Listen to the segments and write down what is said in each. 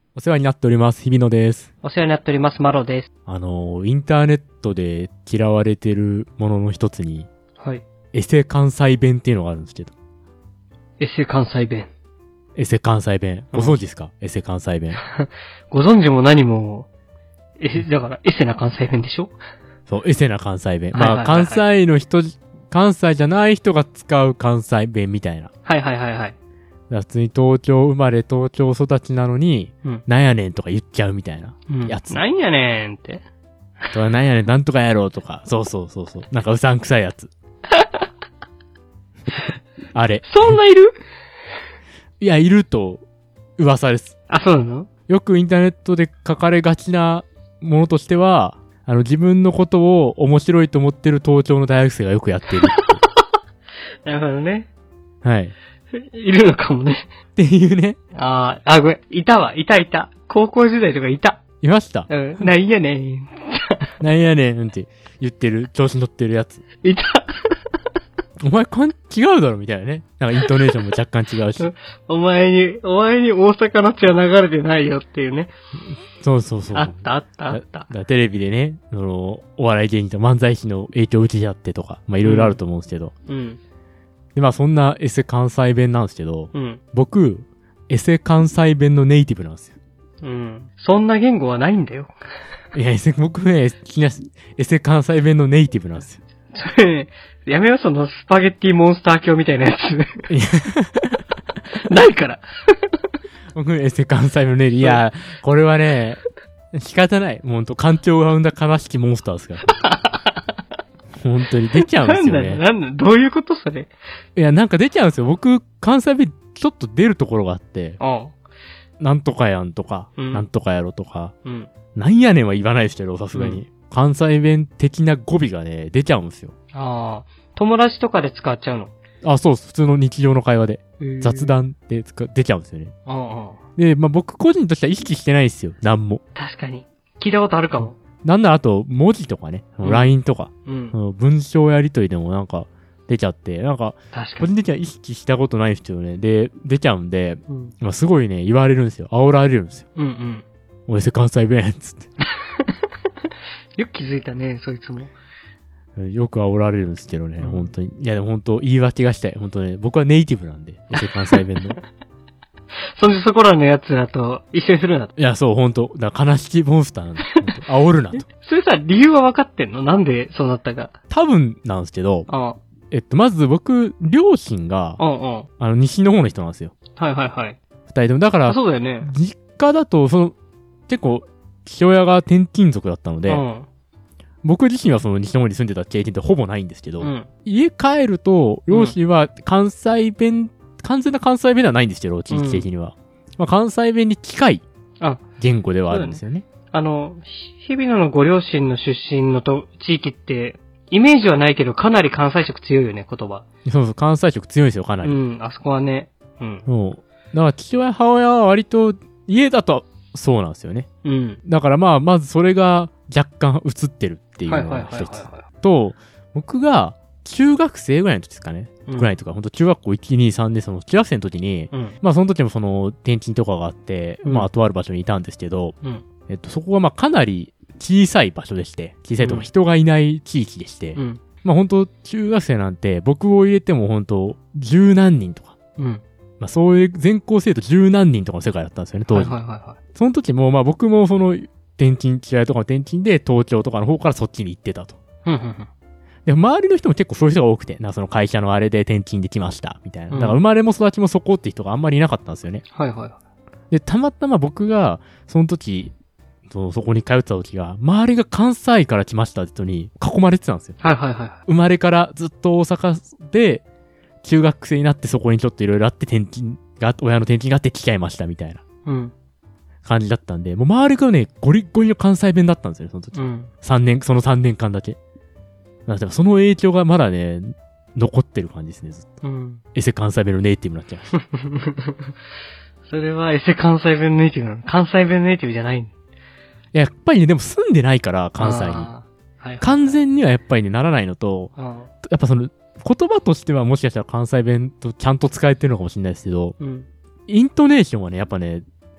お世話になっております。日比野です。 お世話になっております。マロです。 インターネットで嫌われてるものの一つに、 はい。 エセ関西弁っていうのがあるんですけど。 エセ関西弁。 エセ関西弁。ご存知ですか、エセ関西弁。 ご存知も何も、だからエセな関西弁でしょ？ そう、エセな関西弁。 はいはいはいはい、 関西の人、関西じゃない人が使う関西弁みたいな。 はいはいはいはい。 普通に東京生まれ、東京育ちなのに、 うん、 なんやねんとか言っちゃうみたいなやつ。 なんやねんって。 なんやねん、なんとかやろうとか。そう。なんかうさんくさいやつ。あれ。 そんないる？ いや、いると噂です。 あ、そうなの？ よくインターネットで書かれがちなものとしては、自分のことを面白いと思ってる東京の大学生がよくやっている。 なるほどね。 はい。 いるのかもね。 っていうね。 ごめん。いた。高校時代とかいた。 いました。 なんやねん。 なんやねんって言ってる、調子乗ってるやつ。 いた。 お前違うだろみたいなね。なんかイントネーションも若干違うし。 お前に大阪の血は流れてないよっていうね。 そう。 あった。 テレビでね、お笑い芸人と漫才師の影響を受けちゃってとか、いろいろあると思うんですけど。 うん。 で、そんなエセ関西弁なんですけど、 うん。 僕、エセ関西弁のネイティブなんですよ。 うん。そんな言語はないんだよ。 いや、僕ね、エセ関西弁のネイティブなんですよ。 それね、やめよ、そのスパゲッティモンスター教みたいなやつ。ないから。 僕、エセ関西弁のネイティブ。いや、これはね、仕方ない。ほんと、艦長が生んだ悲しきモンスターですから。本当に出ちゃうんですよね。 なんだ、どういうことそれ？ いや、なんか出ちゃうんですよ。僕、関西弁ちょっと出るところがあって、なんとかやんとか、なんとかやろとか、なんやねんは言わないですけど、さすがに。関西弁的な語尾がね、出ちゃうんですよ。 友達とかで使っちゃうの？ そうです。普通の日常の会話で。雑談で出ちゃうんですよね。で、僕個人としては意識してないですよ。なんも。 確かに。聞いたことあるかも。 なんならあと、文字とかね、LINE とか、文章やりとりでもなんか出ちゃって、なんか、個人的には意識したことないですけどね。で、出ちゃうんで、すごいね、言われるんですよ。煽られるんですよ。おエセ関西弁つって。 よく気づいたね、そいつも。 よく煽られるんですけどね、本当に。いや、でも本当、言い訳がしたい。本当ね、僕はネイティブなんで、エセ関西弁の。 そこらのやつらと一緒にするなと。 いや、そう、本当だから悲しきモンスターなんで、煽るなと。 それさ、理由は分かってんの？なんでそうなったか。 多分なんですけど、まず僕、両親が、西の方の人なんですよ。 はい。 二人とも。だから、 そうだよね。 実家だと、結構、父親が転勤族だったので、僕自身はその西の方に住んでた経験ってほぼないんですけど、家帰ると、両親は関西弁、完全な関西弁ではないんですけど、地域的には。関西弁に近い言語ではあるんですよね。 日比野のご両親の出身の地域って、イメージはないけど、かなり関西色強いよね、言葉。 そう、関西色強いですよ、かなり。 あそこはね。 そう。だから父親、母親は割と、家だとそうなんですよね。だからまずそれが若干映ってるっていうのが一つ。と、僕が中学生ぐらいの時ですかね。ぐらいとか、ほんと中学校1、2、3で、その中学生の時に、その時もその転勤とかがあって、とある場所にいたんですけど、そこがかなり小さい場所でして、小さいとか人がいない地域でして、本当中学生なんて僕を入れても本当十何人とか、そういう全校生徒十何人とかの世界だったんですよね、当時。その時も僕もその父親とかの転勤で東京とかの方からそっちに行ってたと。で、周りの人も結構そういう人が多くて、その会社のあれで転勤できました、みたいな。だから生まれも育ちもそこって人があんまりいなかったんですよね。で、たまたま僕が、その時、そこに通ってた時が、周りが関西から来ましたって人に囲まれてたんですよ。生まれからずっと大阪で、中学生になってそこにちょっといろいろあって親の転勤があって来ちゃいましたみたいな。感じだったんで、もう周りがね、ゴリッゴリの関西弁だったんですよね、その時。その3年間だけ。だからその影響がまだね、残ってる感じですね、ずっと。エセ関西弁のネイティブになっちゃいました。 それはエセ関西弁ネイティブなの？関西弁ネイティブじゃないの？ やっぱりね、でも住んでないから、関西に。完全にはやっぱりね、ならないのと、やっぱその、言葉としてはもしかしたら関西弁とちゃんと使えてるのかもしれないですけど、イントネーションはね、やっぱね、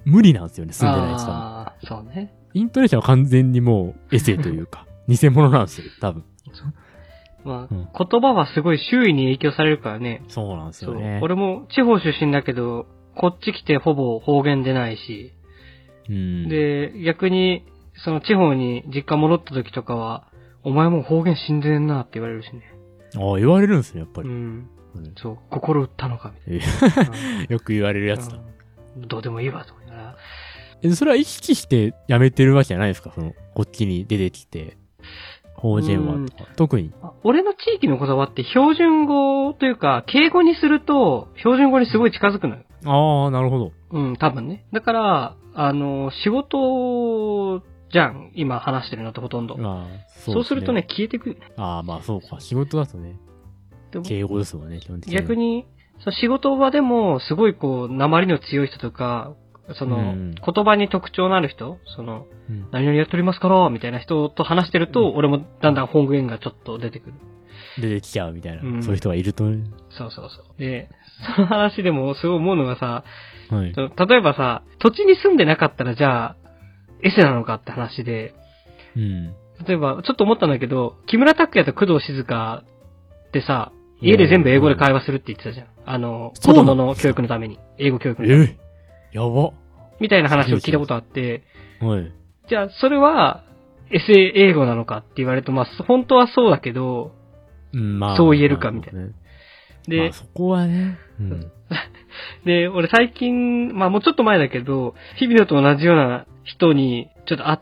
無理なんですよね、住んでないやつは。 ああ、そうね。 イントネーションは完全にもうエセというか、偽物なんですよ、多分。 まあ、言葉はすごい周囲に影響されるからね。 そうなんですよね。 俺も地方出身だけど、こっち来てほぼ方言出ないし。で、逆に、その地方に実家戻った時とかは、お前もう方言死んでんなって言われるしね。 ああ、言われるんですね、やっぱり。 そう、心打ったのか、みたいな。よく言われるやつだ。 どうでもいいわ、と思いながら。それは意識してやめてるわけじゃないですか、その、こっちに出てきて。方言はとか。特に。 俺の地域の言葉って標準語というか、敬語にすると、標準語にすごい近づくのよ。 ああ、なるほど。 多分ね。だから、仕事じゃん。今話してるのってほとんど。そうするとね、消えてくる。 ああ、まあそうか。仕事だとね。敬語ですもんね、基本的に。 逆に、仕事場でも、すごいこう、訛りの強い人とか、言葉に特徴のある人、何々やっておりますから、みたいな人と話してると、俺もだんだん方言がちょっと出てくる。 出てきちゃうみたいな。そういう人がいるとね。 そう。で、その話でもすごい思うのがさ、例えばさ、土地に住んでなかったらじゃあ、エセなのかって話で、例えば、ちょっと思ったんだけど、木村拓哉と工藤静香ってさ、家で全部英語で会話するって言ってたじゃん。子供の教育のために。英語教育のために。 やば。 みたいな話を聞いたことあって、じゃあ、それは、エセ英語なのかって言われると、まあ、本当はそうだけど、そう言えるかみたいな。 で、そこはね。 で、俺最近、まあもうちょっと前だけど、日々のと同じような人にちょっと会って、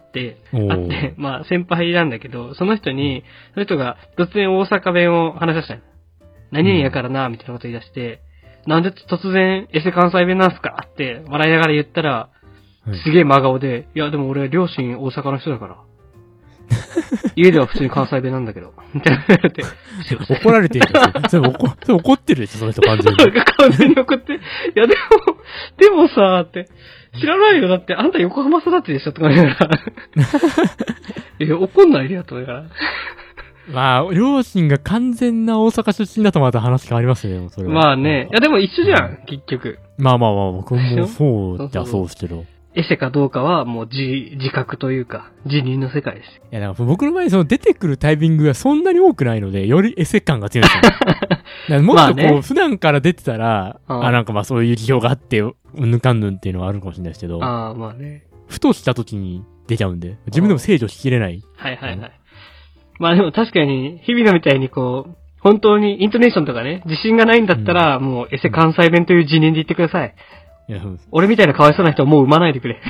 まあ先輩なんだけど、その人が突然大阪弁を話し出したの。何々やからな、みたいなこと言い出して、なんで突然エセ関西弁なんすかって笑いながら言ったら、すげえ真顔で、いやでも俺両親大阪の人だから。家では普通に関西弁なんだけど。みたいな言われて。 怒られてるんですよ。それ怒ってるでしょ、その人完全に。 完全に怒って。いやでもさ、って。知らないよ。だってあんた横浜育ちでしょとか言いながら。いや、怒んないでよ、とか言いながら。 まあ、両親が完全な大阪出身だとまた話変わりますね、それは。 まあね。いやでも一緒じゃん、結局。 まあ、僕もそうじゃそうですけど。 エセかどうかはもう自覚というか、自認の世界です。 いや、だから僕の場合出てくるタイミングがそんなに多くないので、よりエセ感が強いんですよ。もっとこう、普段から出てたら、なんかまあそういう事情があって、うんぬかんぬんっていうのはあるかもしれないですけど、 まあね。 ふとした時に出ちゃうんで、自分でも制御しきれない。 はい。まあでも確かに、日々のみたいにこう、本当にイントネーションとかね、自信がないんだったら、もうエセ関西弁という自認で言ってください。俺みたいなかわいそうな人はもう産まないでくれ。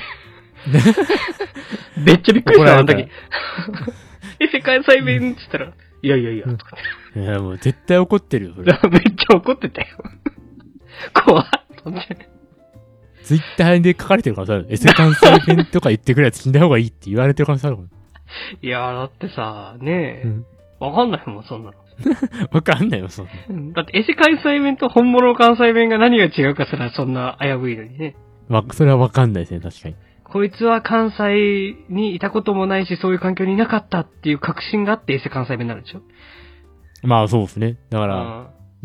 めっちゃびっくりした、あの時。世界最弁って言ったら、いや、とかって。いや、もう絶対怒ってるよ、それ。めっちゃ怒ってたよ。怖っと思って。 ツイッターで書かれてる可能性ある。エセ関西弁とか言ってくるやつ死んだ方がいいって言われてる可能性あるもん。 いや、だってさ、ねえ、わかんないもん、そんなの。 わかんないよ、そんな。 だって、エセ関西弁と本物の関西弁が何が違うかすらそんな危ういのにね。 それはわかんないですね、確かに。 こいつは関西にいたこともないし、そういう環境にいなかったっていう確信があってエセ関西弁になるでしょ。 まあそうですね。だから、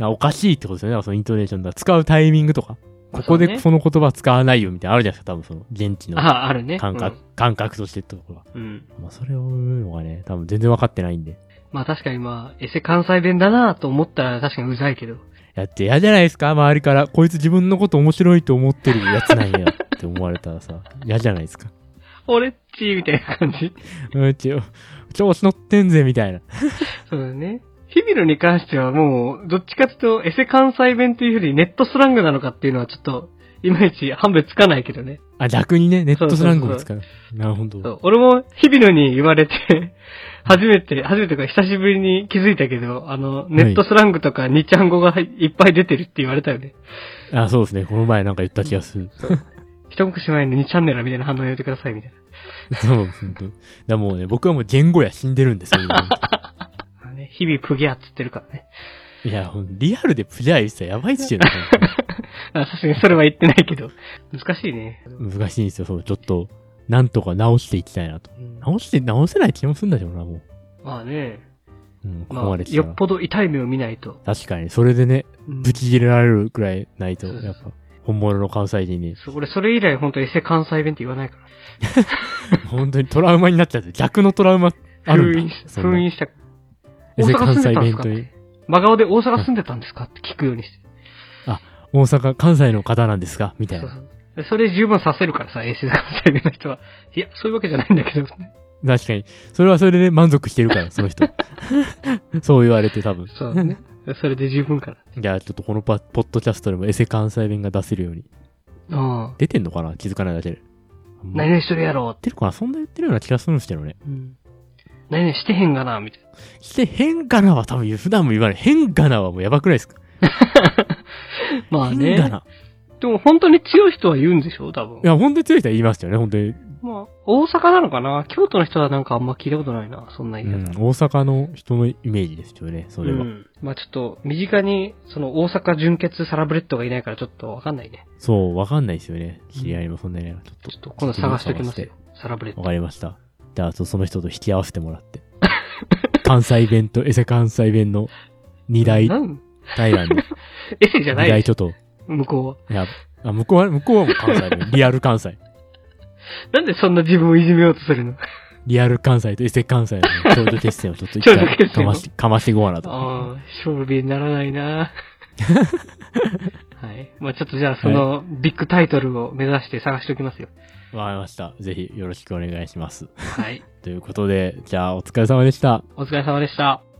おかしいってことですよね。だからそのイントネーションだ。使うタイミングとか。ここでその言葉使わないよみたいなのあるじゃないですか、多分その現地の。 あるね。 感覚としてってところは。まあそれを言うのがね、多分全然わかってないんで。 まあ確かにエセ関西弁だなと思ったら確かにうざいけど。 やって嫌じゃないですか、周りから。こいつ自分のこと面白いと思ってるやつなんやって思われたらさ、嫌じゃないですか。 俺っちみたいな感じ。 調子乗ってんぜみたいな。 そうだね。日々のに関してはもう、どっちかというとエセ関西弁というよりネットスラングなのかっていうのはちょっと、いまいち判別つかないけどね。 逆にね、ネットスラングを使う。なるほど。 俺も日々のに言われて、初めてか久しぶりに気づいたけど、ネットスラングとか2ちゃん語がいっぱい出てるって言われたよね。 そうですね。この前なんか言った気がする。 一昔前の2チャンネルみたいな反応やめてくださいみたいな。 そうですね。だもうね、僕はもう言語や死んでるんですよ。 日々プギャーっつってるからね。 いや、リアルでプギャー言ってたらやばいっすよね。 さすがにそれは言ってないけど。難しいね。 難しいんですよ。ちょっと、なんとか直していきたいなと。直せない気もするんだけどな、もう。 まあね。 ここまで来たら。 よっぽど痛い目を見ないと。 確かに、それでね、ぶち切れられるくらいないと、やっぱ。 本物の関西人に。 俺それ以来本当エセ関西弁って言わないから。 本当にトラウマになっちゃって、逆のトラウマあるんだ。 封印した。 エセ関西弁という。 真顔で大阪住んでたんですかって聞くようにして。 あ、大阪、関西の方なんですかみたいな。 それ十分させるからさ、エセ関西弁の人は。いや、そういうわけじゃないんだけど。 確かに。それはそれで満足してるから、その人。そう言われて多分。 そうね。それで十分から。 じゃあちょっとこのポッドキャストでもエセ関西弁が出せるように。出てんのかな気づかないだけで。 何々してるやろ言ってるかなそんな言ってるような気がするんですけどね。 何々してへんがなみたいな。 してへんがなは多分普段も言わない。へんがなはもうやばくないですかまあね。 へんがな。 でも本当に強い人は言うんでしょ多分。 いや、本当に強い人は言いますよね、本当に。 まあ、大阪なのかな京都の人はなんかあんま聞いたことないな、そんな言い方。 大阪の人のイメージですよね、それは。 まあちょっと、身近に、その大阪純血サラブレッドがいないからちょっとわかんないね。 そう、わかんないですよね。知り合いもそんなにね。 ちょっと今度探しておきますよ。サラブレッド。 わかりました。じゃあ、その人と引き合わせてもらって。関西弁とエセ関西弁の二大対談で。 エセじゃない。 二大ちょっと。 向こうは。いや、向こうはもう関西弁。リアル関西。 なんでそんな自分をいじめようとするのリアル関西とエセ関西の頂上決戦をちょっと一回かましていこうかなと。 ああ、勝負にならないなはい。まあちょっとじゃあそのビッグタイトルを目指して探しておきますよ。 わかりました。ぜひよろしくお願いします。 はい。 ということで、じゃあお疲れ様でした。 お疲れ様でした。